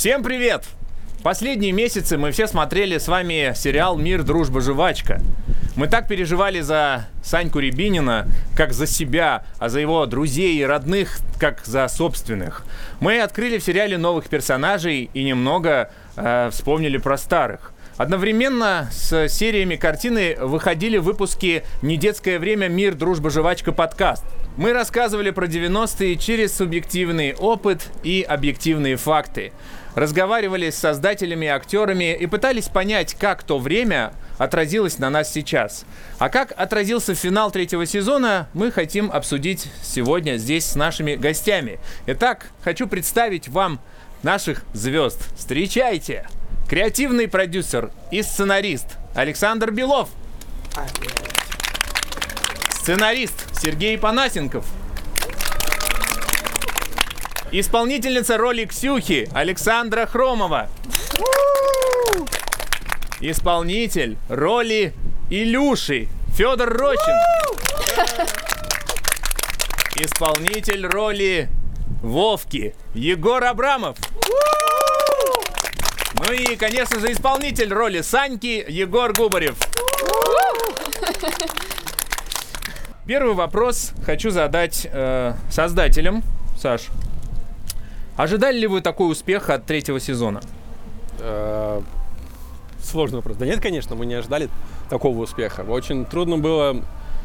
Всем привет! Последние месяцы мы все смотрели с вами сериал «Мир, дружба, жвачка». Мы так переживали за Саньку Рябинина, как за себя, а за его друзей и родных, как за собственных. Мы открыли в сериале новых персонажей и немного вспомнили про старых. Одновременно с сериями картины выходили выпуски «Недетское время. Мир, дружба, жвачка. Подкаст». Мы рассказывали про 90-е через субъективный опыт и объективные факты. Разговаривали с создателями и актерами и пытались понять, как то время отразилось на нас сейчас. А как отразился финал третьего сезона, мы хотим обсудить сегодня здесь с нашими гостями. Итак, хочу представить вам наших звезд. Встречайте! Креативный продюсер и сценарист Александр Белов. Сценарист Сергей Панасенков. Исполнительница роли Ксюхи Александра Хромова. Исполнитель роли Илюши Федор Рочин. Исполнитель роли Вовки Егор Абрамов. Ну и, конечно же, исполнитель роли Саньки Егор Губарев. Первый вопрос хочу задать создателям. Саш, ожидали ли вы такой успех от третьего сезона? Сложный вопрос. Да нет, конечно, мы не ожидали такого успеха. Очень трудно было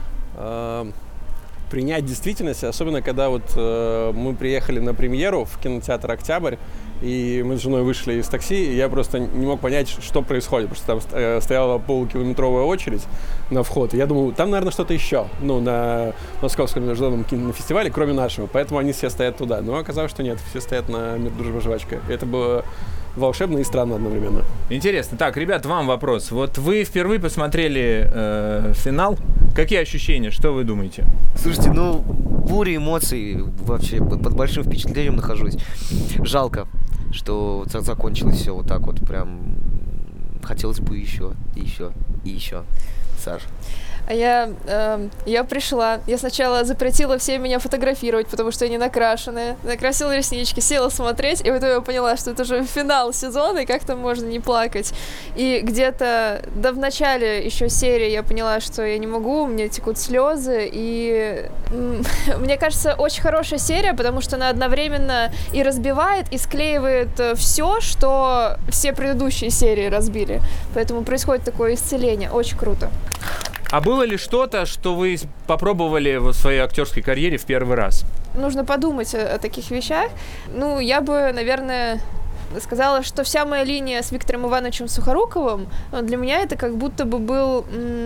принять действительность, особенно когда мы приехали на премьеру в кинотеатр «Октябрь», и мы с женой вышли из такси, и я просто не мог понять, что происходит, потому что там стояла полукилометровая очередь на вход, и я думал, там, наверное, что-то еще, на Московском международном кинофестивале, кроме нашего, поэтому они все стоят туда, но оказалось, что нет, все стоят на «Мир, дружба, жвачка». Это было волшебно и странно одновременно. Интересно. Так, ребят, вам вопрос. Вот вы впервые посмотрели финал. Какие ощущения? Что вы думаете? Слушайте, буря эмоций. Вообще под большим впечатлением нахожусь. Жалко, что закончилось все вот так вот. Прям хотелось бы еще, и еще, и еще. Саш. А я пришла, я сначала запретила всем меня фотографировать, потому что я не накрашенная. Накрасила реснички, села смотреть, и потом я поняла, что это уже финал сезона, и как там можно не плакать. И где-то, в начале еще серии я поняла, что я не могу, у меня текут слезы, и мне кажется, очень хорошая серия, потому что она одновременно и разбивает, и склеивает все, что все предыдущие серии разбили. Поэтому происходит такое исцеление, очень круто. А было ли что-то, что вы попробовали в своей актерской карьере в первый раз? Нужно подумать о таких вещах. Я бы, наверное, сказала, что вся моя линия с Виктором Ивановичем Сухоруковым, для меня это как будто бы был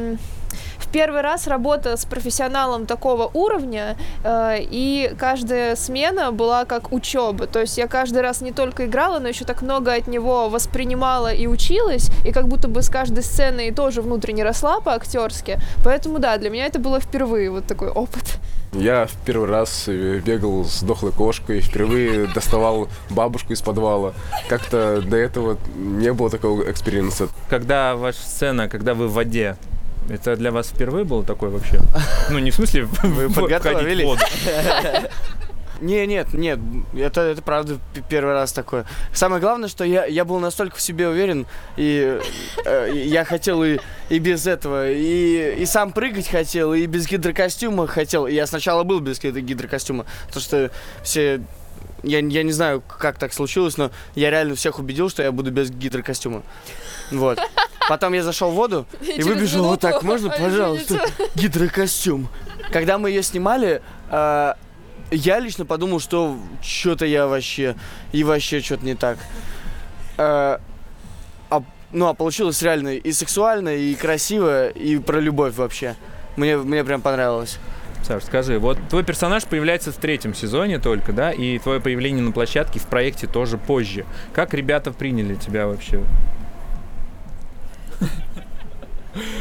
в первый раз работа с профессионалом такого уровня, и каждая смена была как учеба. То есть я каждый раз не только играла, но еще так много от него воспринимала и училась, и как будто бы с каждой сценой тоже внутренне росла по-актерски. Поэтому да, для меня это было впервые вот такой опыт. Я в первый раз бегал с дохлой кошкой, впервые доставал бабушку из подвала. Как-то до этого не было такого экспириенса. Когда ваша сцена, когда вы в воде, это для вас впервые было такое вообще? Не в смысле вы подготовились в воду. Нет, это правда первый раз такое. Самое главное, что я был настолько в себе уверен, и я хотел и без этого, и сам прыгать хотел, и без гидрокостюма хотел. Я сначала был без гидрокостюма, потому что все... Я не знаю, как так случилось, но я реально всех убедил, что я буду без гидрокостюма. Вот. Потом я зашел в воду и выбежал вот так. Можно, пожалуйста, гидрокостюм? Когда мы ее снимали, я лично подумал, что что-то я вообще что-то не так. А получилось реально и сексуально, и красиво, и про любовь вообще. Мне прям понравилось. Саш, скажи, вот твой персонаж появляется в третьем сезоне только, да, и твое появление на площадке в проекте тоже позже. Как ребята приняли тебя вообще?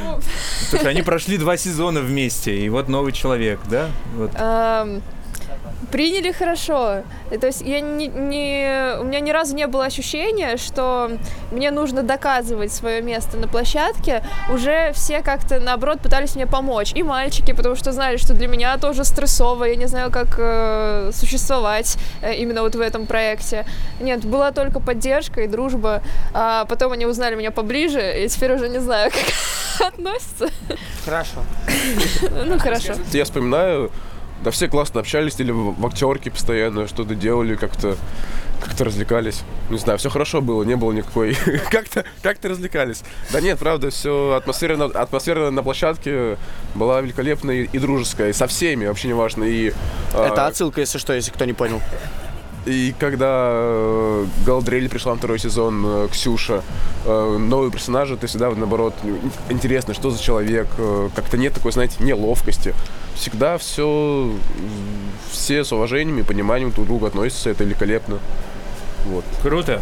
Слушай, они прошли 2 сезона вместе, и вот новый человек, да? Вот. Приняли хорошо. То есть у меня ни разу не было ощущения, что мне нужно доказывать свое место на площадке. Уже все как-то, наоборот, пытались мне помочь. И мальчики, потому что знали, что для меня тоже стрессово. Я не знаю, как существовать именно вот в этом проекте. Нет, была только поддержка и дружба. А потом они узнали меня поближе, и теперь уже не знаю, как относятся. Хорошо. Ну, хорошо. Я вспоминаю, да все классно общались, или в актерке постоянно что-то делали, как-то развлекались. Не знаю, все хорошо было, не было никакой... Как-то развлекались. Да нет, правда, все атмосфера на площадке была великолепная и дружеская, и со всеми, вообще не важно. Это отсылка, если что, если кто не понял. И когда Галадриэль пришла на второй сезон, Ксюша, новые персонажи, ты всегда, наоборот, интересно, что за человек, как-то нет такой, знаете, неловкости. Всегда все с уважением и пониманием друг к другу относятся, это великолепно. Вот. Круто.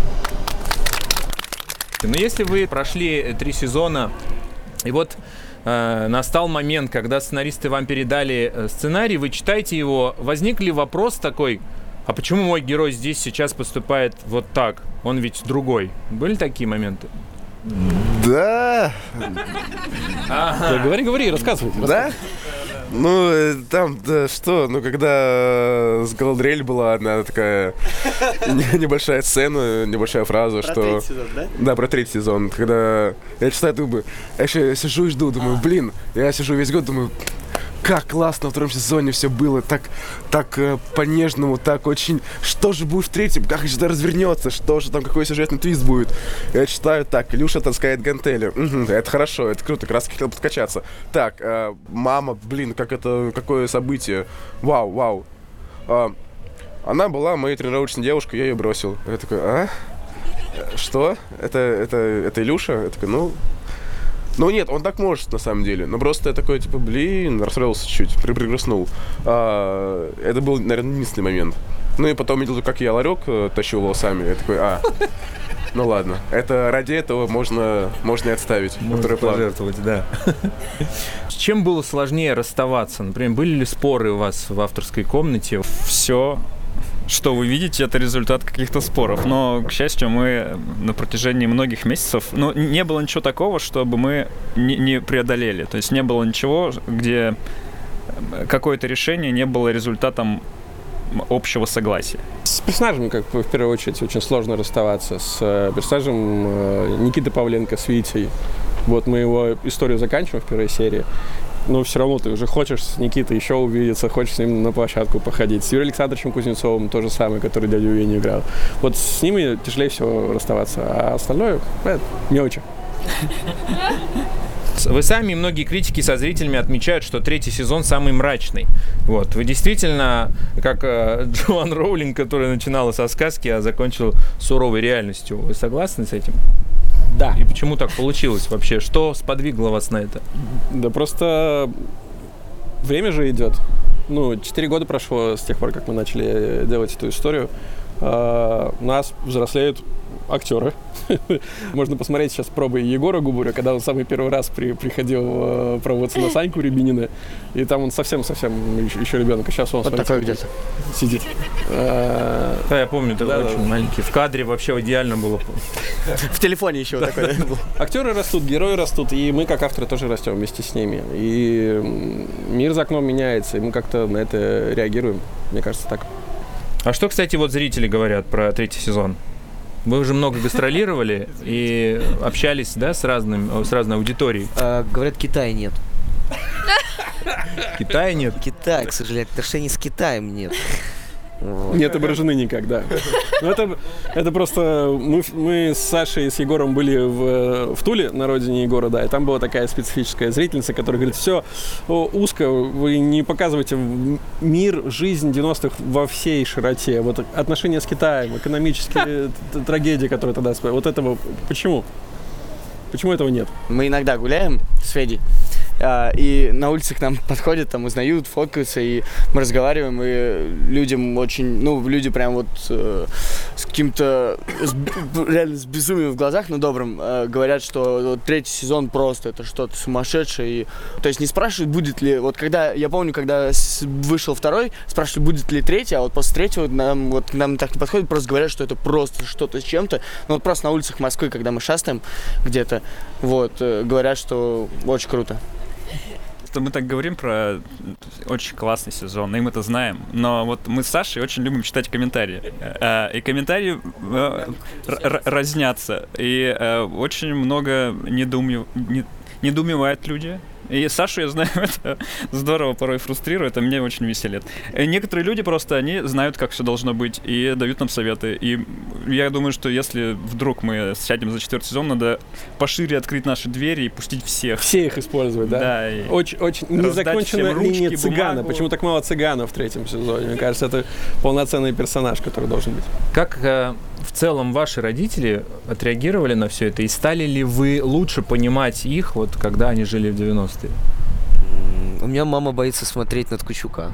Но если вы прошли 3 сезона, и вот настал момент, когда сценаристы вам передали сценарий, вы читаете его, возник ли вопрос такой: а почему мой герой здесь сейчас поступает вот так? Он ведь другой. Были такие моменты? Да. Да, говори, рассказывай. Да? Ну, там, да, что, ну, когда с Галадриэль была одна такая небольшая сцена, небольшая фраза, что... Про 3-й сезон, да? Да, про 3-й сезон, когда я читаю, думаю, я еще сижу и жду, думаю, блин, я сижу весь год, думаю, как классно в 2-м сезоне все было, так по-нежному, так очень... Что же будет в 3-м? Как это развернется? Что же там, какой сюжетный твист будет? Я читаю, так, Илюша таскает гантели. Угу, это хорошо, это круто, как раз хотел подкачаться. Так, мама, блин, какое событие. Вау. Она была моей тренировочной девушкой, я ее бросил. Я такой, что? Это Илюша? Я такой, ну нет, он так может, на самом деле. Но просто я такой, типа, расстроился чуть-чуть, пригрустнул. Это был, наверное, единственный момент. Ну и потом видел, как я ларек тащу волосами. Я такой, ну ладно. Это ради этого можно и отставить. Можно пожертвовать, да. С чем было сложнее расставаться? Например, были ли споры у вас в авторской комнате? Все, что вы видите, это результат каких-то споров. Но, к счастью, мы на протяжении многих месяцев... не было ничего такого, чтобы мы не преодолели. То есть не было ничего, где какое-то решение не было результатом общего согласия. С персонажами, как в первую очередь, очень сложно расставаться. С персонажем Никиты Павленко, с Витей. Вот мы его историю заканчиваем в первой серии. Но все равно ты уже хочешь с Никитой еще увидеться, хочешь с ним на площадку походить. С Юрием Александровичем Кузнецовым то же самое, который дядю Веню играл. Вот с ними тяжелее всего расставаться, а остальное мелочи. Вы сами и многие критики со зрителями отмечают, что 3-й сезон самый мрачный. Вот. Вы действительно, как Джоан Роулинг, которая начинала со сказки, а закончила суровой реальностью. Вы согласны с этим? Да. И почему так получилось вообще? Что сподвигло вас на это? Да просто время же идет. 4 года прошло с тех пор, как мы начали делать эту историю. У нас взрослеют актеры. Можно посмотреть сейчас пробы Егора Губаря, когда он самый первый раз приходил пробоваться на Саньку Рябинина. И там он совсем еще ребенок. А сейчас он вот такой где-то сидит. Да, я помню, тогда очень маленький. В кадре вообще идеально было. В телефоне еще вот такой был. Актеры растут, герои растут, и мы, как авторы, тоже растем вместе с ними. И мир за окном меняется, и мы как-то на это реагируем. Мне кажется, так. А что, кстати, вот зрители говорят про 3-й сезон? Вы уже много гастролировали и общались, да, с разной аудиторией? Говорят, Китая нет. Китая нет? Китай, к сожалению, отношений с Китаем нет. Вот. Не отображены никак, да. Это просто... Мы с Сашей и с Егором были в Туле, на родине Егора, да, и там была такая специфическая зрительница, которая говорит, все узко, вы не показываете мир, жизнь 90-х во всей широте. Вот отношения с Китаем, экономические трагедии, которые тогда... Вот этого... Почему? Почему этого нет? Мы иногда гуляем с Федей, и на улице к нам подходят, там узнают, фоткаются, и мы разговариваем, и людям очень, люди прям вот каким-то реально с безумием в глазах, но добрым, говорят, что третий сезон просто это что-то сумасшедшее. И, то есть не спрашивают, будет ли... Вот когда, я помню, когда вышел второй, спрашивали, будет ли третий, а вот после третьего к нам так не подходит, просто говорят, что это просто что-то с чем-то. Ну вот просто на улицах Москвы, когда мы шастаем где-то, вот, говорят, что очень круто. Мы так говорим про очень классный сезон, и мы это знаем. Но вот мы с Сашей очень любим читать комментарии. И комментарии разнятся. И очень много недоумевают люди. И Сашу, я знаю, это здорово порой фрустрирует, а меня очень веселит. И некоторые люди просто, они знают, как все должно быть, и дают нам советы. И я думаю, что если вдруг мы сядем за 4-й сезон, надо пошире открыть наши двери и пустить всех. Все их использовать, да? Да. Очень незаконченная линия цыгана. Бумагу. Почему так мало цыгана в 3-м сезоне? Мне кажется, это полноценный персонаж, который должен быть. Как в целом ваши родители отреагировали на все это? И стали ли вы лучше понимать их, вот когда они жили в 90-е? У меня мама боится смотреть на Ткачука.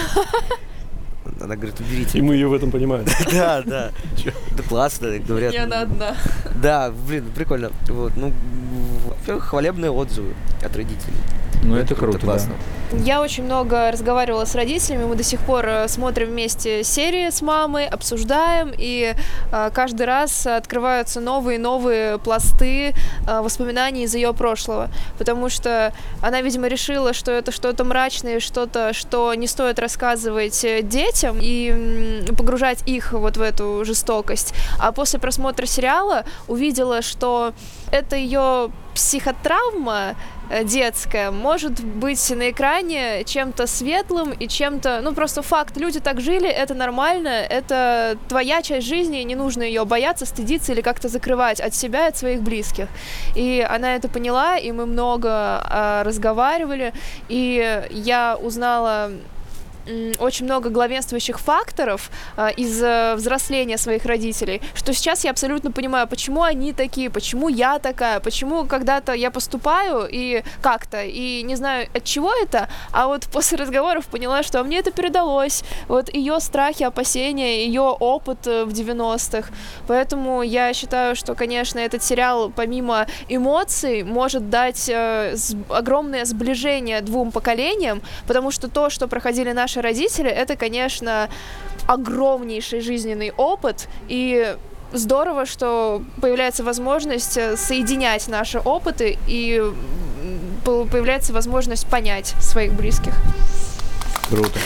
Она говорит, уберите. И мы ее в этом понимаем. Да. Да классно, говорят. Не она одна. Да, блин, прикольно. Вот, ну, во-первых, хвалебные отзывы от родителей. Ну, это круто, классно. Я очень много разговаривала с родителями, мы до сих пор смотрим вместе серии с мамой, обсуждаем, и каждый раз открываются новые и новые пласты воспоминаний из ее прошлого, потому что она, видимо, решила, что это что-то мрачное, что-то, что не стоит рассказывать детям и погружать их вот в эту жестокость. А после просмотра сериала увидела, что это ее психотравма детская может быть на экране чем-то светлым и чем-то... Ну, просто факт. Люди так жили, это нормально, это твоя часть жизни, и не нужно ее бояться, стыдиться или как-то закрывать от себя и от своих близких. И она это поняла, и мы много разговаривали, и я узнала очень много главенствующих факторов из взросления своих родителей, что сейчас я абсолютно понимаю, почему они такие, почему я такая, почему когда-то я поступаю и как-то, и не знаю, от чего это, а вот после разговоров поняла, что мне это передалось, вот ее страхи, опасения, ее опыт в 90-х, поэтому я считаю, что, конечно, этот сериал, помимо эмоций, может дать огромное сближение двум поколениям, потому что то, что проходили наши родители, это, конечно, огромнейший жизненный опыт, и здорово, что появляется возможность соединять наши опыты, и появляется возможность понять своих близких. Круто.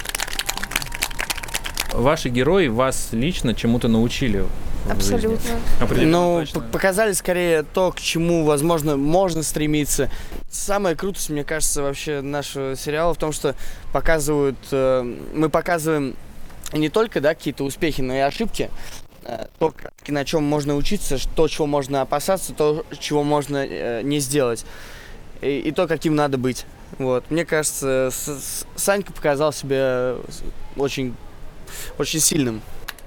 Ваши герои вас лично чему-то научили? Абсолютно. Ну, показали скорее то, к чему, возможно, можно стремиться. Самая крутость, мне кажется, вообще нашего сериала в том, что мы показываем не только, да, какие-то успехи, но и ошибки. То, на чем можно учиться, то, чего можно опасаться, то, чего можно не сделать. И то, каким надо быть. Вот. Мне кажется, Санька показал себя очень, очень сильным.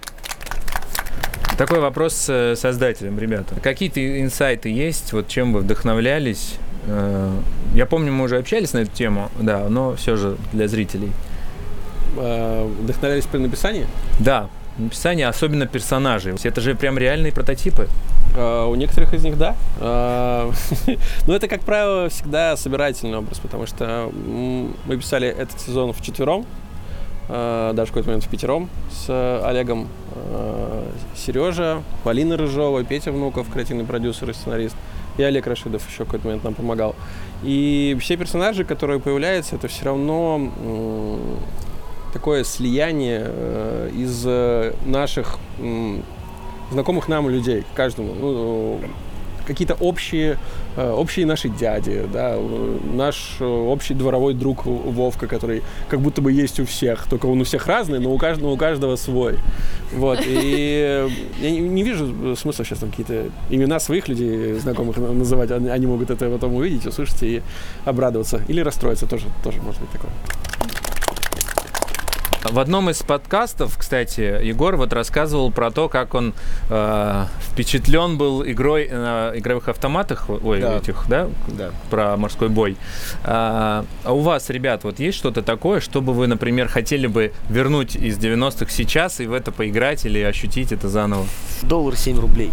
Такой вопрос с создателем, ребята. Какие-то инсайты есть, вот чем вы вдохновлялись? Я помню, мы уже общались на эту тему, да, но все же для зрителей. Вдохновлялись при написании? Да, написание, особенно персонажей. Это же прям реальные прототипы. У некоторых из них да. Но это, как правило, всегда собирательный образ, потому что мы писали этот сезон вчетвером, даже в какой-то момент впятером с Олегом, Сережа, Полина Рыжова, Петя Внуков, креативный продюсер и сценарист, и Олег Рашидов еще в какой-то момент нам помогал. И все персонажи, которые появляются, это все равно такое слияние из наших знакомых нам людей, каждому. Ну, какие-то общие наши дяди, да, наш общий дворовой друг Вовка, который как будто бы есть у всех, только он у всех разный, но у каждого свой. Вот, и я не вижу смысла сейчас там какие-то имена своих людей знакомых называть, они могут это потом увидеть, услышать и обрадоваться, или расстроиться, тоже может быть такое. В одном из подкастов, кстати, Егор вот рассказывал про то, как он впечатлен был игрой на игровых автоматах, да? Про морской бой. А у вас, ребят, вот есть что-то такое, чтобы вы, например, хотели бы вернуть из 90-х сейчас и в это поиграть или ощутить это заново? $7 рублей.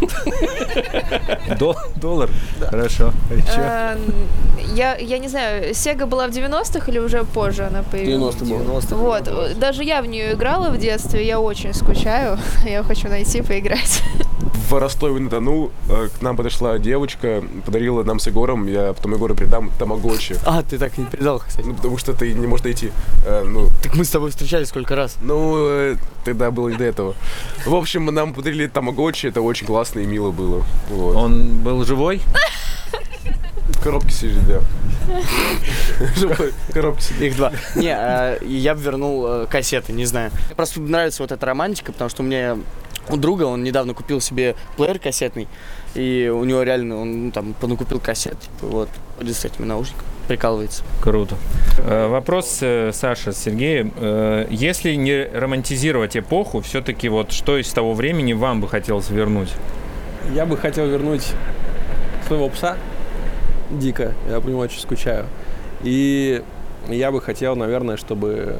Доллар? Да. Хорошо. Я не знаю, Сега была в 90-х или уже позже она появилась? 90-х. Вот, даже я в нее играла в детстве, я очень скучаю, я хочу найти, поиграть. В Ростове-на-Дону к нам подошла девочка, подарила нам с Егором, я потом Егору передам тамагочи. А, ты так и не передал, кстати. Ну, потому что ты не можешь найти. Так мы с тобой встречались сколько раз? Тогда было не до этого. В общем, нам подарили тамагочи, это очень классно и мило было. Вот. Он был живой? В коробке сидит, да. Живой, в коробке сидит. Их 2. Не, я бы вернул кассеты, не знаю. Мне просто нравится вот эта романтика, потому что у друга, он недавно купил себе плеер кассетный, и у него реально, он там понакупил кассет, вот, ходит с этими наушниками, прикалывается. Круто. Вопрос, Саша, Сергей. Если не романтизировать эпоху, все-таки вот что из того времени вам бы хотелось вернуть? Я бы хотел вернуть своего пса, Дика, я по нему очень скучаю. И я бы хотел, наверное, чтобы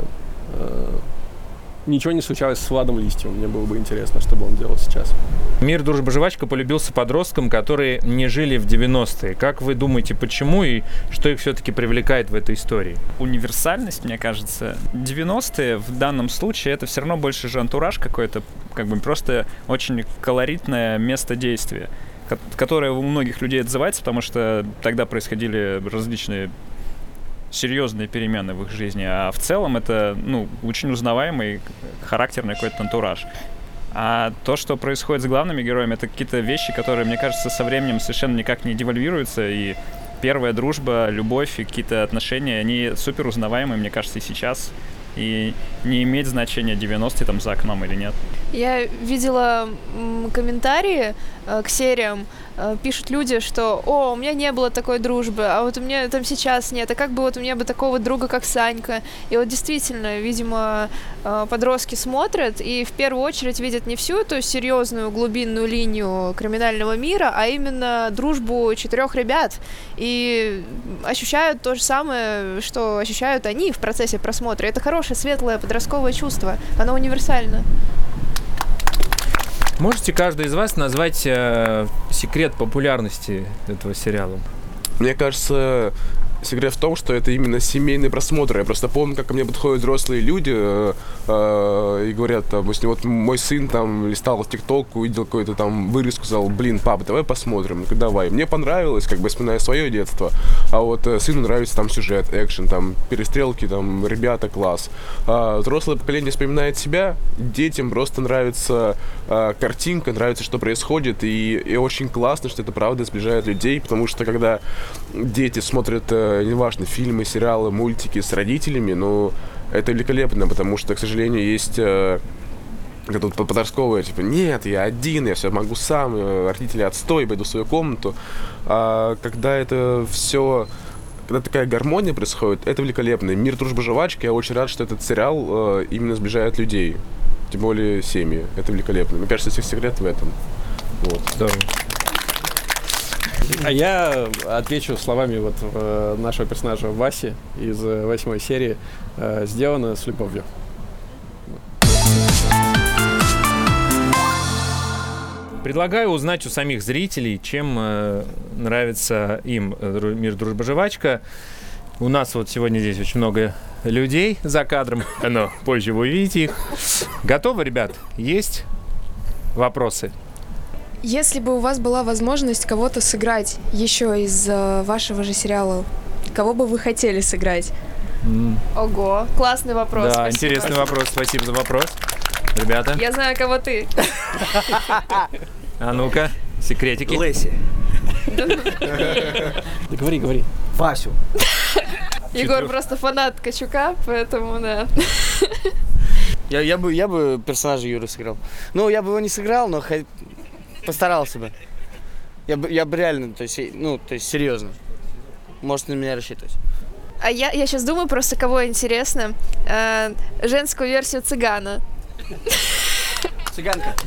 ничего не случалось с Владом Листьевым. Мне было бы интересно, что бы он делал сейчас. Мир, дружба, жвачка полюбился подросткам, которые не жили в 90-е. Как вы думаете, почему и что их все-таки привлекает в этой истории? Универсальность, мне кажется. 90-е в данном случае это все равно больше же антураж какой-то, как бы просто очень колоритное место действия, которое у многих людей отзывается, потому что тогда происходили различные серьезные перемены в их жизни, а в целом это, очень узнаваемый, характерный какой-то антураж. А то, что происходит с главными героями, это какие-то вещи, которые, мне кажется, со временем совершенно никак не девальвируются, и первая дружба, любовь и какие-то отношения, они супер узнаваемые, мне кажется, и сейчас, и не имеет значения, 90-е там за окном или нет. Я видела комментарии к сериям, пишут люди, что у меня не было такой дружбы, а вот у меня там сейчас нет, а как бы вот у меня бы такого друга, как Санька. И вот действительно, видимо, подростки смотрят и в первую очередь видят не всю эту серьезную глубинную линию криминального мира, а именно дружбу 4 ребят. И ощущают то же самое, что ощущают они в процессе просмотра. Это хорошее, светлое подростковое чувство, оно универсально. Можете каждый из вас назвать секрет популярности этого сериала? Мне кажется, секрет в том, что это именно семейный просмотр. Я просто помню, как ко мне подходят взрослые люди и говорят, допустим, вот мой сын там листал ТикТок, увидел какую-то там вырезку, сказал, пап, давай посмотрим. Давай. Мне понравилось, вспоминая свое детство, а вот сыну нравится там сюжет, экшен, там перестрелки, там ребята, класс. А взрослое поколение вспоминает себя, детям просто нравится картинка, нравится, что происходит, и очень классно, что это правда сближает людей, потому что когда дети смотрят неважно, фильмы, сериалы, мультики с родителями, но это великолепно, потому что, к сожалению, есть тут подростковое, нет, я один, я все могу сам, родители отстой, пойду в свою комнату. А когда это все, когда такая гармония происходит, это великолепно. Мир, дружба, жвачка, я очень рад, что этот сериал именно сближает людей, тем более семьи, это великолепно. Мне кажется, всех секрет в этом. Вот. Здорово. А я отвечу словами нашего персонажа Васи из 8 серии. Сделано с любовью. Предлагаю узнать у самих зрителей, чем нравится им мир, дружба, жвачка. У нас вот сегодня здесь очень много людей за кадром, но позже вы увидите их. Готовы, ребят? Есть вопросы? Если бы у вас была возможность кого-то сыграть еще из вашего же сериала, кого бы вы хотели сыграть? Ого, классный вопрос. Да, спасибо. Интересный вопрос, спасибо за вопрос. Ребята? Я знаю, кого ты. А ну-ка, секретики. Лэси. Да говори. Васю. Егор просто фанат Качука, поэтому да. Я бы персонажа Юры сыграл. Я бы его не сыграл, но постарался бы. Я бы реально, то есть серьезно. Можете на меня рассчитывать. А я сейчас думаю просто, кого интересно. Женскую версию цыгана. Цыганка.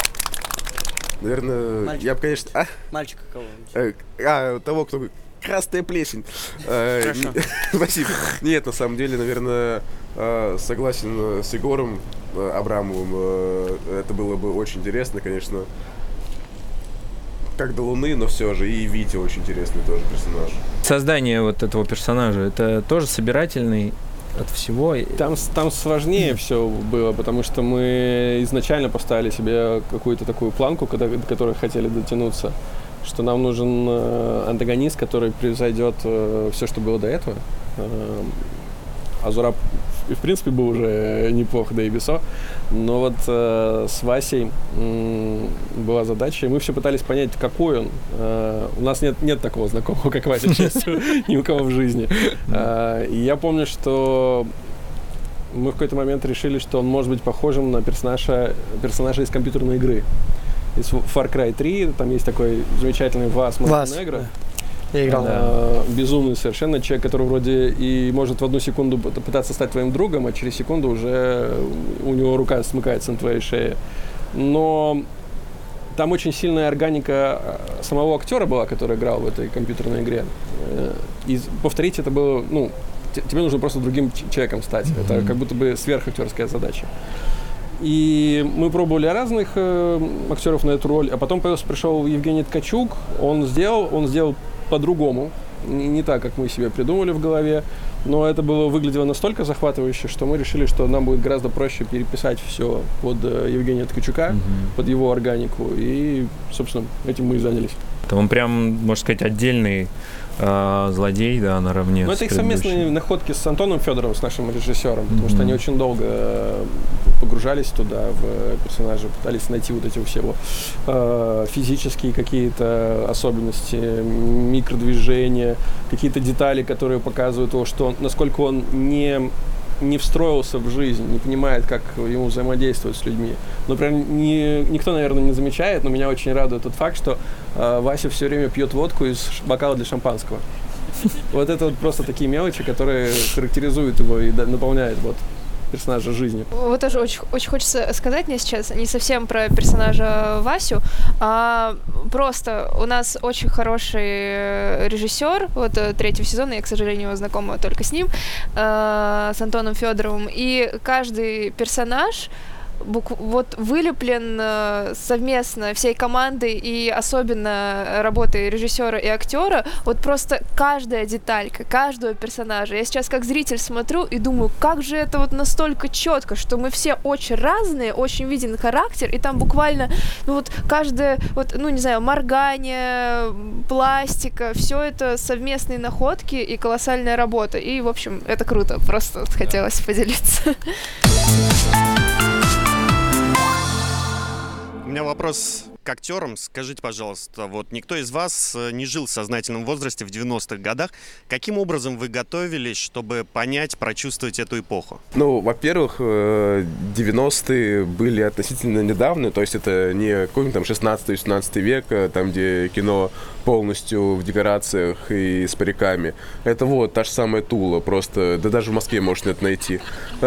Наверное, Мальчик. я бы, конечно... Мальчика кого? Того, кто... Красная плесень. Хорошо. Спасибо. Нет, на самом деле, наверное, согласен с Егором Абрамовым. Это было бы очень интересно, конечно. Как до Луны, но все же. И Витя очень интересный тоже персонаж. Создание вот этого персонажа, это тоже собирательный от всего. Там сложнее все было, потому что мы изначально поставили себе какую-то такую планку, до которой хотели дотянуться, что нам нужен антагонист, который превзойдет все, что было до этого. Азураб, в принципе, был уже неплох, да и Бесо. Но вот с Васей была задача, и мы все пытались понять, какой он. У нас нет такого знакомого, как Вася, к счастью, ни у кого в жизни. И я помню, что мы в какой-то момент решили, что он может быть похожим на персонажа из компьютерной игры. Из Far Cry 3, там есть такой замечательный Вас Монтенегро. Я играл. Безумный совершенно человек, который вроде и может в одну секунду пытаться стать твоим другом, а через секунду уже у него рука смыкается на твоей шее. Но там очень сильная органика самого актера была, который играл в этой компьютерной игре. И повторить это было, тебе нужно просто другим человеком стать. Это как будто бы сверхактерская задача. И мы пробовали разных актеров на эту роль, а потом пришел Евгений Ткачук, он сделал по-другому, не так, как мы себе придумали в голове, но это выглядело настолько захватывающе, что мы решили, что нам будет гораздо проще переписать все под Евгения Ткачука, под его органику, и, собственно, этим мы и занялись. Он прям, можно сказать, отдельный злодей, да, наравне. Но это их совместные находки с Антоном Федоровым, с нашим режиссером, потому что они очень долго погружались туда, в персонажа, пытались найти вот эти все физические какие-то особенности, микродвижения, какие-то детали, которые показывают его, что насколько он не встроился в жизнь, не понимает, как ему взаимодействовать с людьми. Но прям никто, наверное, не замечает, но меня очень радует тот факт, что Вася все время пьет водку из бокала для шампанского. Вот это вот просто такие мелочи, которые характеризуют его и наполняют персонажа жизнью. Вот тоже очень, очень хочется сказать мне сейчас не совсем про персонажа Васю, а просто у нас очень хороший режиссер третьего сезона, я, к сожалению, знакома только с ним, с Антоном Федоровым, и каждый персонаж вылеплен совместно всей командой и особенно работой режиссера и актера. Просто каждая деталька, каждого персонажа. Я сейчас как зритель смотрю и думаю, как же это настолько четко, что мы все очень разные, очень виден характер, и там буквально, каждое, не знаю, моргание, пластика, все это совместные находки и колоссальная работа. И, в общем, это круто. Просто хотелось поделиться. У меня вопрос к актерам. Скажите, пожалуйста, никто из вас не жил в сознательном возрасте в 90-х годах. Каким образом вы готовились, чтобы понять, прочувствовать эту эпоху? Во-первых, 90-е были относительно недавно, то есть это не какой-нибудь 16-17 век, там, где кино полностью в декорациях и с париками. Это та же самая Тула, просто, да даже в Москве можно это найти.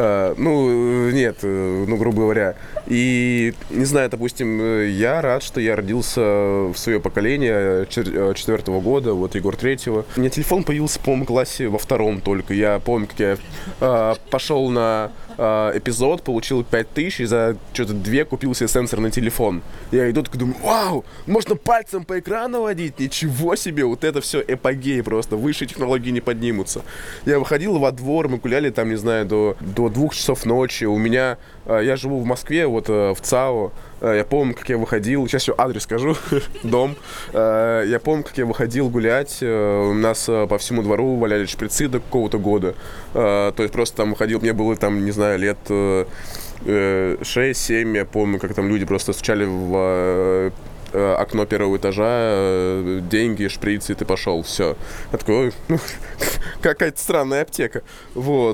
Грубо говоря. И, не знаю, допустим, я рад, что я родился в свое поколение 4-го года, Егор 3-го. У меня телефон появился, по-моему, в классе во 2-м только. Я помню, как я пошел на эпизод, получил 5000 и за что-то 2 купил себе сенсорный телефон. Я иду, такой думаю, вау, можно пальцем по экрану водить, ничего себе, это все эпогей просто, выше технологии не поднимутся. Я выходил во двор, мы гуляли там, не знаю, до 2 часов ночи. Я живу в Москве, в ЦАО. Я помню, как я выходил, сейчас еще адрес скажу, дом. Я помню, как я выходил гулять, у нас по всему двору валялись шприцы до какого-то года. То есть просто там выходил, мне было там, не знаю, лет 6-7, я помню, как там люди просто стучали в окно 1-го этажа, деньги, шприцы, и ты пошел, все. Я такой, какая-то странная аптека.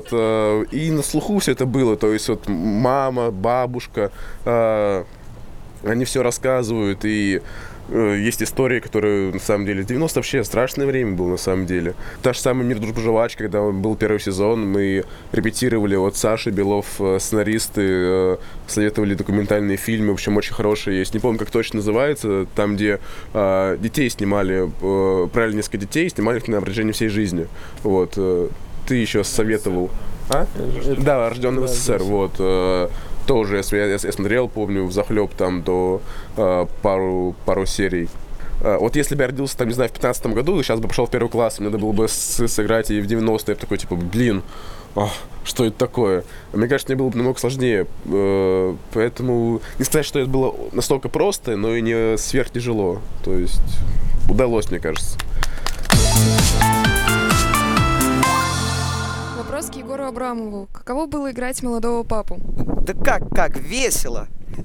И на слуху все это было, то есть мама, бабушка, они все рассказывают, и есть истории, которые, на самом деле, 90 вообще страшное время было, на самом деле. Та же самая «Мир, дружба, жвачка», когда был первый сезон, мы репетировали, вот Саша Белов, сценаристы, советовали документальные фильмы, в общем, очень хорошие есть. Не помню, как точно называется, там, где детей снимали, брали несколько детей, снимали их на протяжении всей жизни. Вот. Ты еще советовал. Да, «Рожденный в СССР», вот. Тоже я смотрел, помню, взахлеб там до пару серий. Вот если бы я родился, там, не знаю, в 15-м году, сейчас бы пошел в первый класс, мне надо было бы сыграть и в 90-е, я бы такой, типа, блин, что это такое? Мне кажется, мне было бы намного сложнее, поэтому не сказать, что это было настолько просто, но и не сверхтяжело. То есть удалось, мне кажется. Вопрос к Егору Абрамову. Каково было играть молодого папу? Да как, весело.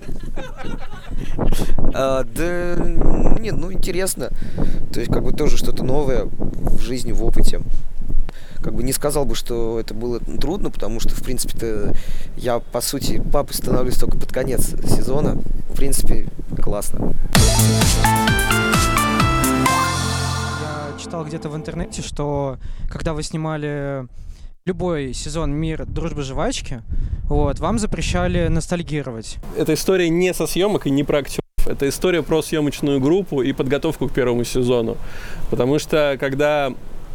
Да, нет, ну интересно. То есть, как бы тоже что-то новое в жизни, в опыте. Как бы не сказал бы, что это было трудно, потому что, в принципе-то, я, по сути, папой становлюсь только под конец сезона. В принципе, классно. Я читал где-то в интернете, что когда вы снимали любой сезон «Мир, дружба, жвачки», вот, вам запрещали ностальгировать. Эта история не со съемок и не про актеров. Это история про съемочную группу и подготовку к первому сезону. Потому что, когда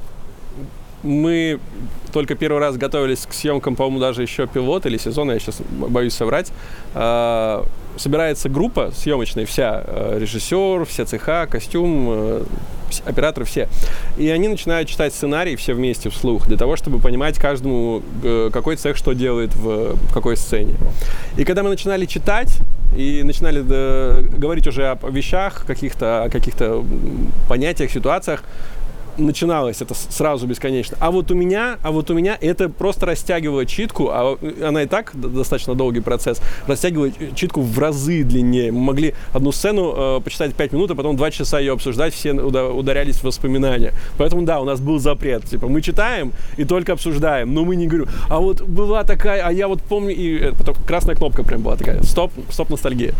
мы только первый раз готовились к съемкам, по-моему, даже еще пилот или сезона, я сейчас боюсь соврать, собирается группа съемочная, вся, режиссер, все цеха, костюм, операторы, все. И они начинают читать сценарий все вместе вслух, для того, чтобы понимать каждому, какой цех что делает в какой сцене. И когда мы начинали читать и начинали говорить уже о вещах, о каких-то понятиях, ситуациях, начиналось это сразу бесконечно. А вот у меня это просто растягивало читку, а она и так достаточно долгий процесс, растягивала читку в разы длиннее. Мы могли одну сцену почитать 5 минут, а потом 2 часа ее обсуждать, все ударялись в воспоминания. Поэтому да, у нас был запрет. Типа мы читаем и только обсуждаем, но мы не говорим, а вот была такая, а я вот помню, и потом красная кнопка прям была такая, стоп ностальгия.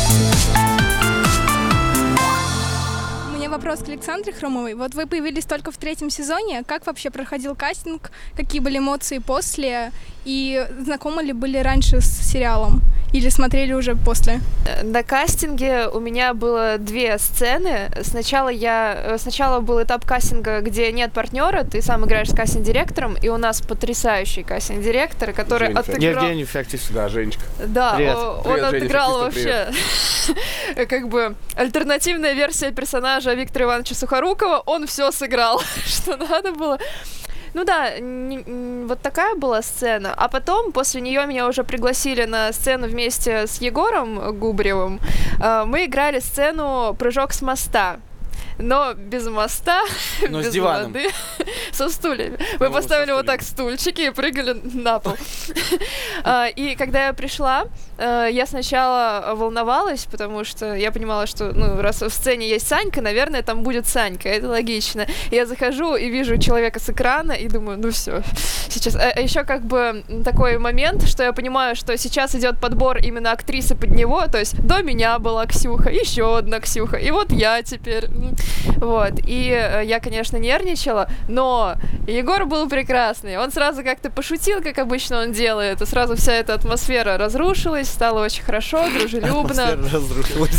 Вопрос к Александре Хромовой. Вот вы появились только в 3-м сезоне. Как вообще проходил кастинг? Какие были эмоции после? И знакомы ли были раньше с сериалом? Или смотрели уже после? На кастинге у меня было 2 сцены. Сначала был этап кастинга, где нет партнера, ты сам играешь с кастинг-директором, и у нас потрясающий кастинг-директор, который отыграл... Евгений Феоктистов. Да, Женечка. Да, привет. Он отыграл вообще как бы альтернативная версия персонажа Виктора Ивановича Сухорукова. Он все сыграл, что надо было. Ну да, вот такая была сцена. А потом, после нее меня уже пригласили на сцену вместе с Егором Губаревым. Мы играли сцену «Прыжок с моста». Но без моста, но без с диваном. воды, со стульями. Мы поставили вот так стульчики и прыгали на пол. И когда я пришла, я сначала волновалась, потому что я понимала, что, раз в сцене есть Санька, наверное, там будет Санька, это логично. Я захожу и вижу человека с экрана и думаю, все, сейчас. А еще как бы такой момент, что я понимаю, что сейчас идет подбор именно актрисы под него, то есть до меня была Ксюха, еще одна Ксюха, и вот я теперь. Вот, и я, конечно, нервничала, но Егор был прекрасный. Он сразу как-то пошутил, как обычно он делает, и сразу вся эта атмосфера разрушилась, стало очень хорошо, дружелюбно. Атмосфера разрушилась.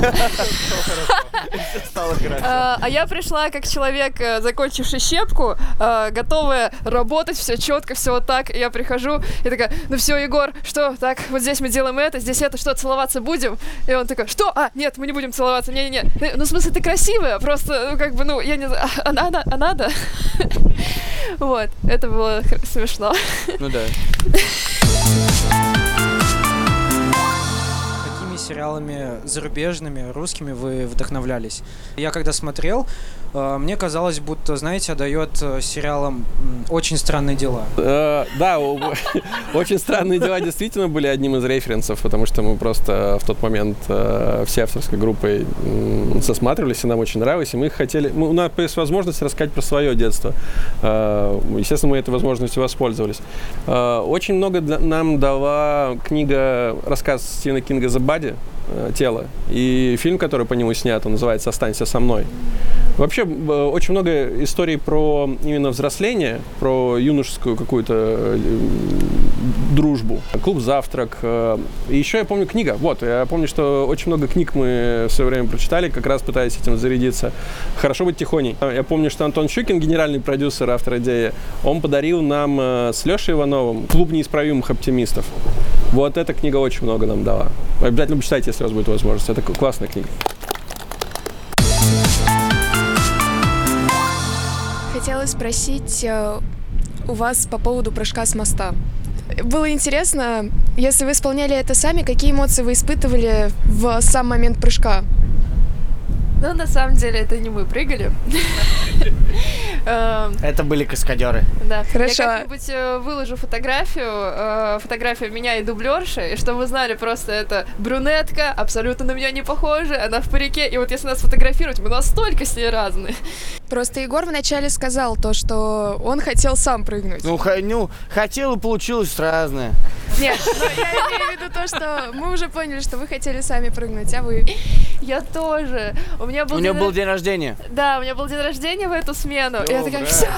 Стало хорошо. А я пришла как человек, закончивший щепку, готовая работать, все четко, все вот так. Я прихожу и такая, все, Егор, что, так, вот здесь мы делаем это, здесь это, что, целоваться будем? И он такой, что? Нет, мы не будем целоваться, не-не-не. В смысле, ты красивая, просто, я не знаю, а надо? Вот, это было смешно. Ну да. Какими сериалами зарубежными, русскими вы вдохновлялись? Я когда смотрел, мне казалось, будто, знаете, отдает сериалам «Очень странные дела». Да, «Очень странные дела» действительно были одним из референсов, потому что мы просто в тот момент всей авторской группой засматривались, и нам очень нравилось, и мы хотели... У нас есть возможность рассказать про свое детство. Естественно, мы этой возможностью воспользовались. Очень много нам дала книга, рассказ Стивена Кинга «The Body». тело. И фильм, который по нему снят, он называется «Останься со мной». Вообще, очень много историй про именно взросление, про юношескую какую-то дружбу. Клуб «Завтрак». И еще я помню книга. Вот, я помню, что очень много книг мы в свое время прочитали, как раз пытаясь этим зарядиться. «Хорошо быть тихоней». Я помню, что Антон Щукин, генеральный продюсер, автор идеи, он подарил нам с Лешей Ивановым «Клуб неисправимых оптимистов». Вот эта книга очень много нам дала. Обязательно почитайте, если у вас будет возможность. Это классная книга. Хотела спросить у вас по поводу прыжка с моста. Было интересно, если вы исполняли это сами, какие эмоции вы испытывали в сам момент прыжка? Ну, на самом деле, это не мы прыгали. Это были каскадеры. Да. Хорошо. Я как-нибудь выложу фотографию меня и дублерши, и чтобы вы знали, просто это брюнетка, абсолютно на меня не похожа, она в парике, и вот если нас фотографировать, мы настолько с ней разные. Просто Егор вначале сказал то, что он хотел сам прыгнуть. Ну, хотел и получилось разное. Нет, но я имею в виду то, что мы уже поняли, что вы хотели сами прыгнуть, а вы? Я тоже. У меня был день рождения. Да, у меня был день рождения в эту смену. И я такая, все.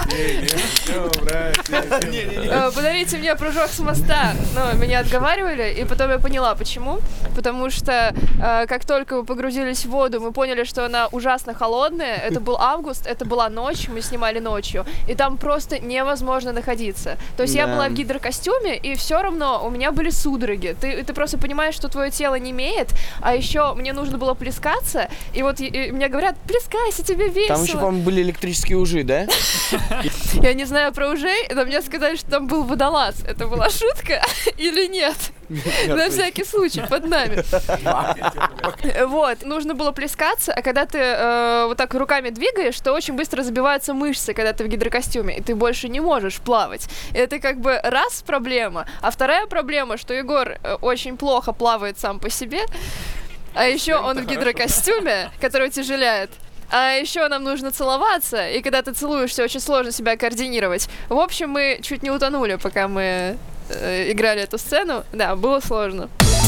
Подарите мне прыжок с моста. Но меня отговаривали, и потом я поняла, почему. Потому что как только мы погрузились в воду, мы поняли, что она ужасно холодная. Это был август, это была ночь, мы снимали ночью. И там просто невозможно находиться. То есть я была в гидрокостюме, и все равно у меня были судороги. Ты просто понимаешь, что твое тело немеет, а еще мне нужно было плескаться, и вот мне говорят, плескайся, тебе весело. Там еще, по-моему, были электрические ужи, да? Я не знаю про ужей, но мне сказали, что там был водолаз. Это была шутка или нет? На всякий случай, под нами. Вот, нужно было плескаться, а когда ты вот так руками двигаешь, то очень быстро забиваются мышцы, когда ты в гидрокостюме, и ты больше не можешь плавать. Это как бы раз проблема, а вторая проблема, что Егор очень плохо плавает сам по себе, а еще он в гидрокостюме, который утяжеляет. А еще нам нужно целоваться, и когда ты целуешься, очень сложно себя координировать. В общем, мы чуть не утонули, пока мы играли эту сцену. Да, было сложно.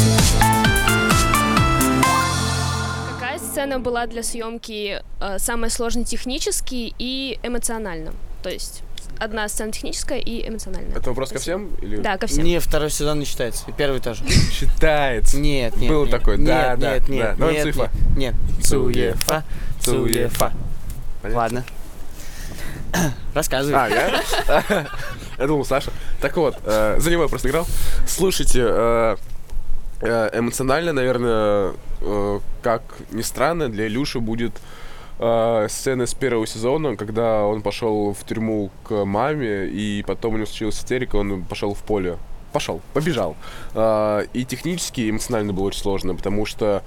Какая сцена была для съемки самая сложной технически и эмоционально? То есть одна сцена техническая и эмоциональная. Это вопрос ко всем? Или... Да, ко всем. Не, второй сезон не считается. Первый тоже. Считается. Нет. Был такой, да. Нет. Цуефа. Ладно. Рассказывай. Я? Я думал, Саша. Так вот, за него я просто играл. Слушайте, эмоционально, наверное, как ни странно, для Илюши будет сцена с первого сезона, когда он пошел в тюрьму к маме, и потом у него случилась истерика, он пошел в поле. Побежал. И технически, и эмоционально было очень сложно, потому что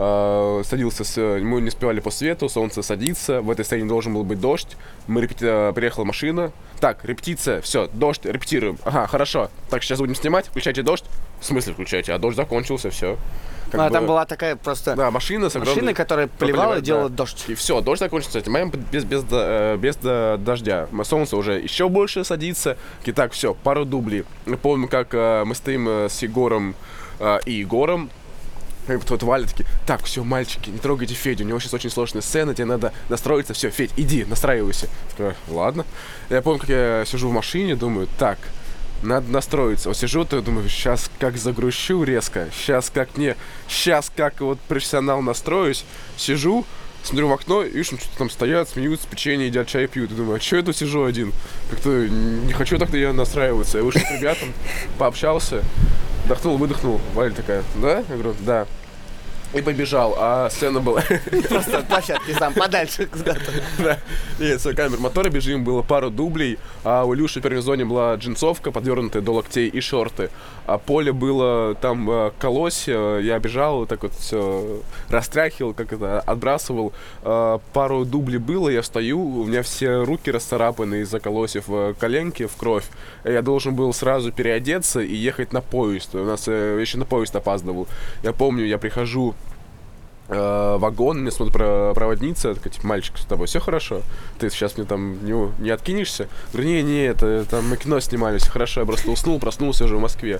мы не успевали по свету, солнце садится, в этой сцене должен был быть дождь, приехала машина. Так, репетиция, все, дождь, репетируем. Ага, хорошо. Так, сейчас будем снимать, включайте дождь. В смысле включайте? А дождь закончился, все. Там была такая просто машина с огромной... Машина, которая поливала и делала дождь. И все, дождь закончился. Снимаем без дождя. Солнце уже еще больше садится. И так, все, пару дублей. Помню, как мы стоим с Егором и Егором. И тут Валя такие, так, все, мальчики, не трогайте Федю, у него сейчас очень сложная сцена, тебе надо настроиться, все, Федь, иди, настраивайся. Я такой, ладно. Я помню, как я сижу в машине, думаю, так, надо настроиться. Вот сижу, то думаю, сейчас как загрущу резко, сейчас как вот профессионал настроюсь, сижу, смотрю в окно, и вижу, что там стоят, смеются, печенье едят, чай пьют. И думаю, а что я тут сижу один? Как-то не хочу так-то я настраиваться. Я вышел с ребятам, пообщался, вдохнул, выдохнул. Валя такая, да? Я говорю, да. И побежал, а сцена была... Просто от площадки сам подальше куда-то. Да, и с камер мотора бежим, было пару дублей, а у Илюши в первой зоне была джинсовка, подвернутая до локтей, и шорты. А поле было там колосье, я бежал, так вот все растряхивал, отбрасывал. Пару дублей было, я встаю, у меня все руки расцарапаны из-за колосьев, коленки в кровь. Я должен был сразу переодеться и ехать на поезд. У нас еще на поезд опаздывал. Я помню, я прихожу вагон, мне смотрит проводница, такая, типа, мальчик, с тобой все хорошо? Ты сейчас мне там не откинешься? Говорю, не, это там мы кино снимали, все хорошо, я просто уснул, проснулся уже в Москве.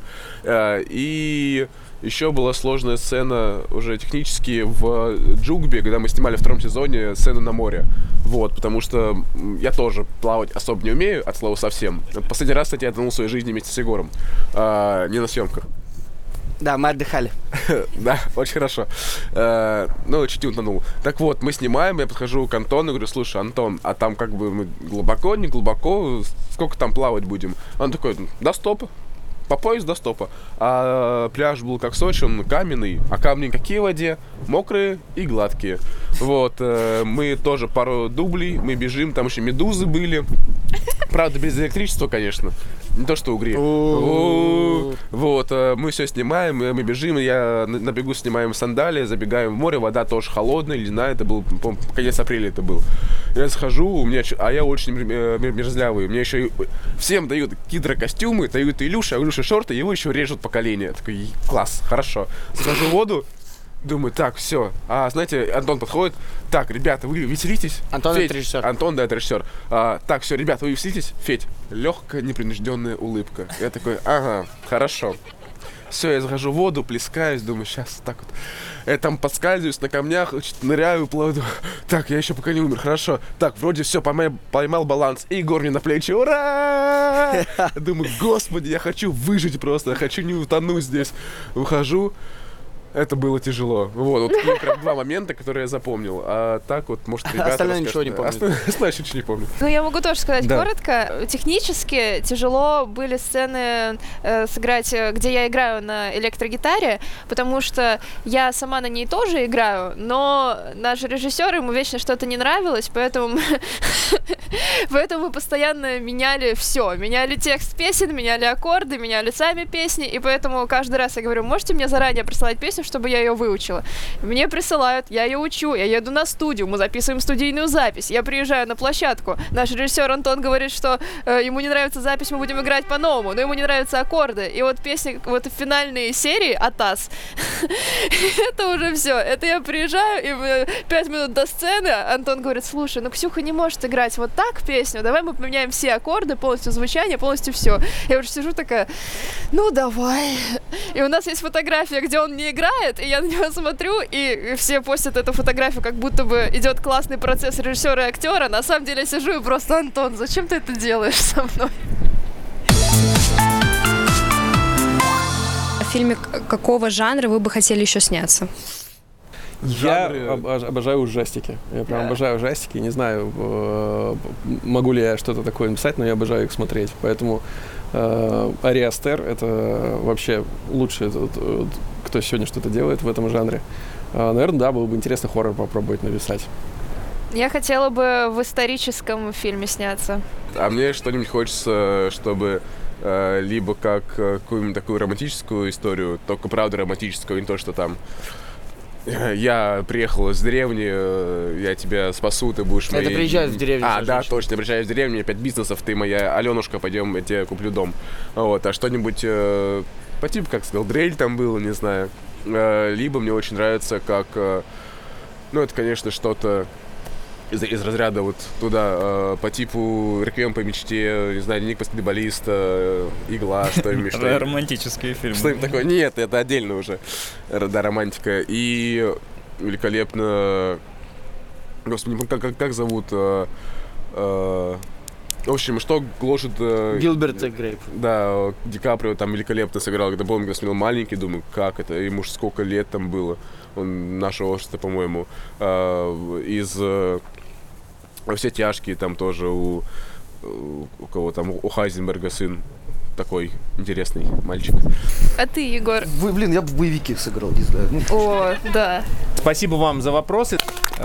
И еще была сложная сцена уже технически в Джугбе, когда мы снимали в 2 сезоне сцену на море. Вот, потому что я тоже плавать особо не умею, от слова совсем. Последний раз, кстати, я тонул в своей жизни вместе с Егором, не на съемках. Да, мы отдыхали. Да, очень хорошо. Чуть не утонул. Так вот, мы снимаем, я подхожу к Антону и говорю, слушай, Антон, а там как бы мы глубоко, не глубоко, сколько там плавать будем? Он такой, до стопа. По пояс до стопа. А пляж был как Сочи, он каменный. А камни какие в воде? Мокрые и гладкие. Вот. Мы тоже пару дублей, мы бежим, там еще медузы были. Правда, без электричества, конечно. Не то, что угри. Вот, мы все снимаем, мы бежим, я на бегу снимаем сандалии, забегаем в море, вода тоже холодная, ледяная, это был, по-моему, конец апреля это был. Я захожу, я очень мерзлявый, мне еще всем дают гидрокостюмы, дают Илюше, а Илюше шорты, его еще режут по колени. Я такой, класс, хорошо. Захожу в воду, думаю, так, все. А знаете, Антон подходит. Так, ребята, вы веселитесь. Антон, Федь, это режиссер. Антон, да, это режиссер. Так, все, ребята, вы веселитесь. Федь, легкая, непринужденная улыбка. Я такой, ага, хорошо. Все, я захожу в воду, плескаюсь, думаю, сейчас так вот. Я там подскальзываюсь на камнях, ныряю, плыву. Так, я еще пока не умер, хорошо. Так, вроде все, поймал баланс. И Егор мне на плечи, ура! Думаю, господи, я хочу выжить просто, я хочу не утонуть здесь. Выхожу. Это было тяжело. Вот прям 2 момента, которые я запомнил. А так вот, может, ребята... Остальное ничего не помню. Остальное ничего не помню. Ну, я могу тоже сказать коротко. Технически тяжело были сцены сыграть, где я играю на электрогитаре, потому что я сама на ней тоже играю, но наш режиссер, ему вечно что-то не нравилось, поэтому мы постоянно меняли все. Меняли текст песен, меняли аккорды, меняли сами песни, и поэтому каждый раз я говорю, можете мне заранее присылать песню, чтобы я ее выучила. Мне присылают, я ее учу, я еду на студию, мы записываем студийную запись, я приезжаю на площадку, наш режиссер Антон говорит, что ему не нравится запись, мы будем играть по-новому, но ему не нравятся аккорды, и вот песни вот в финальной серии «Атас», это уже все, это я приезжаю, и 5 минут до сцены Антон говорит, слушай, ну Ксюха не может играть вот так песню, давай мы поменяем все аккорды, полностью звучание, полностью все. Я уже сижу такая, ну давай. И у нас есть фотография, где он не играет, и я на него смотрю, и все постят эту фотографию, как будто бы идет классный процесс режиссера и актера. На самом деле я сижу и просто, Антон, зачем ты это делаешь со мной? В фильме какого жанра вы бы хотели еще сняться? Я обожаю ужастики. Я прям обожаю ужастики. Не знаю, могу ли я что-то такое написать, но я обожаю их смотреть. Поэтому Ари Астер — это вообще лучший, кто сегодня что-то делает в этом жанре. Наверное, да, было бы интересно хоррор попробовать написать. Я хотела бы в историческом фильме сняться. А мне что-нибудь хочется, чтобы либо как какую-нибудь такую романтическую историю, только правда романтическую, не то, что там я приехал из деревни, я тебя спасу, ты будешь моей... Это приезжают в деревню. Да, точно, я приезжаю в деревню, у меня 5 бизнесов, ты моя Аленушка, пойдем, я тебе куплю дом. Вот, а что-нибудь по типу, как сказал, дрель там было, не знаю. Либо мне очень нравится, как... это, конечно, что-то из разряда вот туда, по типу «Реквием по мечте», не знаю, «Дневник баскетболиста», «Игла», что-нибудь. Романтические фильмы. Что-нибудь такое. Нет, это отдельно уже. Да, романтика. И великолепно... Господи, как зовут... В общем, что гложет... Гилберт и Грейп. Да, Ди Каприо там великолепно сыграл. Когда помню, когда смотрел маленький, думаю, как это? Ему же сколько лет там было. Он нашего возраста, по-моему. Из... «Все тяжкие» там тоже у кого там, у Хайзенберга сын. Такой интересный мальчик. А ты, Егор? Я бы в боевике сыграл, не знаю. О, да. Спасибо вам за вопросы.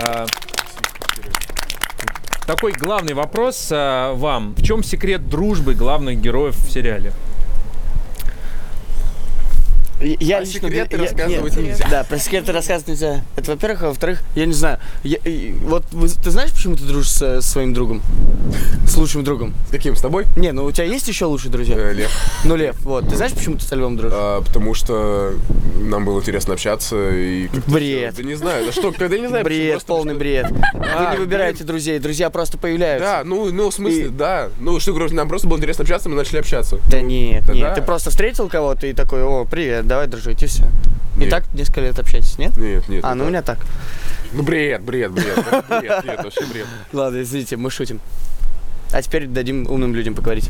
Такой главный вопрос вам. В чем секрет дружбы главных героев в сериале? Я А лично... секреты рассказывать нельзя. Да, про секреты рассказывать нельзя. Это во-первых, а во-вторых, я не знаю. Вот ты знаешь, почему ты дружишь со своим другом? С лучшим другом? С каким, с тобой? Не, ну у тебя есть еще лучшие друзья? Лев. Ну, Лев, вот. Ты знаешь, почему ты со Львом дружишь? Потому что нам было интересно общаться и... Бред. Да не знаю, да что, когда не знаю... Бред, полный бред. Вы не выбираете друзей, друзья просто появляются. Да, ну в смысле, да. Ну, что, говорю, нам просто было интересно общаться, мы начали общаться. Да нет, Да. нет. Ты просто встретил кого-то и такой, о, привет, давай дружить, и все. И Нет. так несколько лет общаетесь, нет? Нет. А, ну у меня так. Ну, бред. Нет, вообще бред. Ладно, извините, мы шутим. А теперь дадим умным людям поговорить.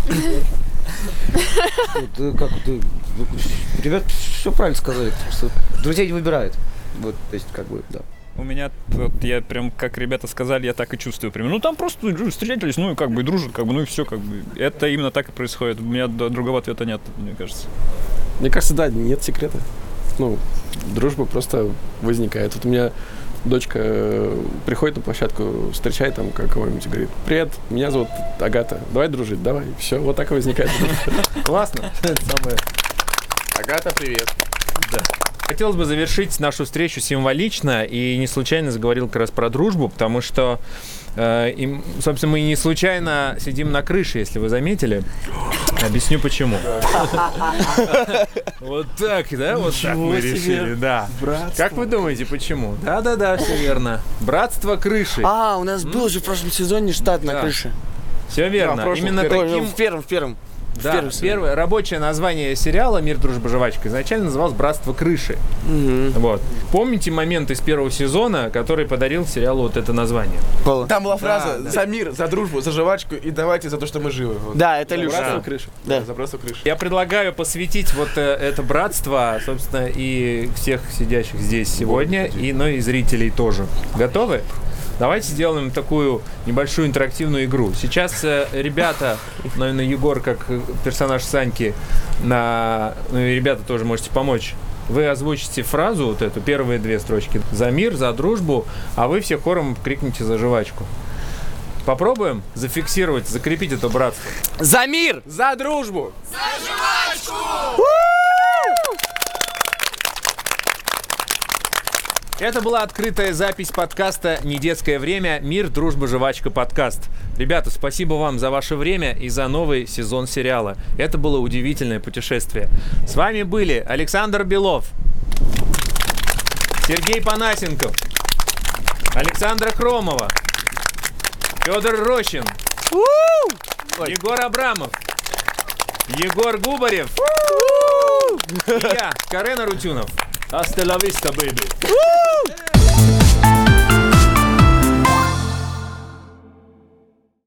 Ребят, все правильно сказали, что друзей не выбирают. Вот, то есть, как бы, да. У меня, вот я прям, как ребята сказали, я так и чувствую. Прям, ну там просто встретились, ну и как бы дружат, как бы, ну и все, как бы. Это именно так и происходит. У меня другого ответа нет, мне кажется. Мне кажется, да, нет секрета. Ну, дружба просто возникает. Вот у меня дочка приходит на площадку, встречает там кого-нибудь и говорит: привет, меня зовут Агата, давай дружить, давай. Все, вот так и возникает. Классно. Агата, привет. Да. Хотелось бы завершить нашу встречу символично, и не случайно заговорил как раз про дружбу, потому что, собственно, мы не случайно сидим на крыше, если вы заметили. Объясню почему. Вот так, да? Вот так мы решили, да. Как вы думаете, почему? Да, все верно. Братство крыши. А, у нас был же в прошлом сезоне штат на крыше. Все верно. Именно таким... В первом. Да, первое рабочее название сериала «Мир, дружба, жвачка» изначально называлось «Братство крыши». Вот. Помните момент из первого сезона, который подарил сериалу вот это название? Там была фраза «За мир, за дружбу, за жвачку и давайте за то, что мы живы». Вот. Да, это Люша. Братство крыши. Да, за братство крыши. Я предлагаю посвятить вот это братство, собственно, и всех сидящих здесь сегодня, но и зрителей тоже. Готовы? Давайте сделаем такую небольшую интерактивную игру. Сейчас ребята, наверное, Егор как персонаж Саньки, ну и ребята тоже можете помочь. Вы озвучите фразу, вот эту, первые две строчки. За мир, за дружбу, а вы все хором крикните за жвачку. Попробуем зафиксировать, закрепить это братство. За мир! За дружбу! За жвачку! Это была открытая запись подкаста «Недетское время. Мир, дружба, жвачка. Подкаст». Ребята, спасибо вам за ваше время и за новый сезон сериала. Это было удивительное путешествие. С вами были Александр Белов, Сергей Панасенков, Александра Хромова, Федор Рощин, Егор Абрамов, Егор Губарев и я, Карен Арутюнов. Hasta la vista, baby.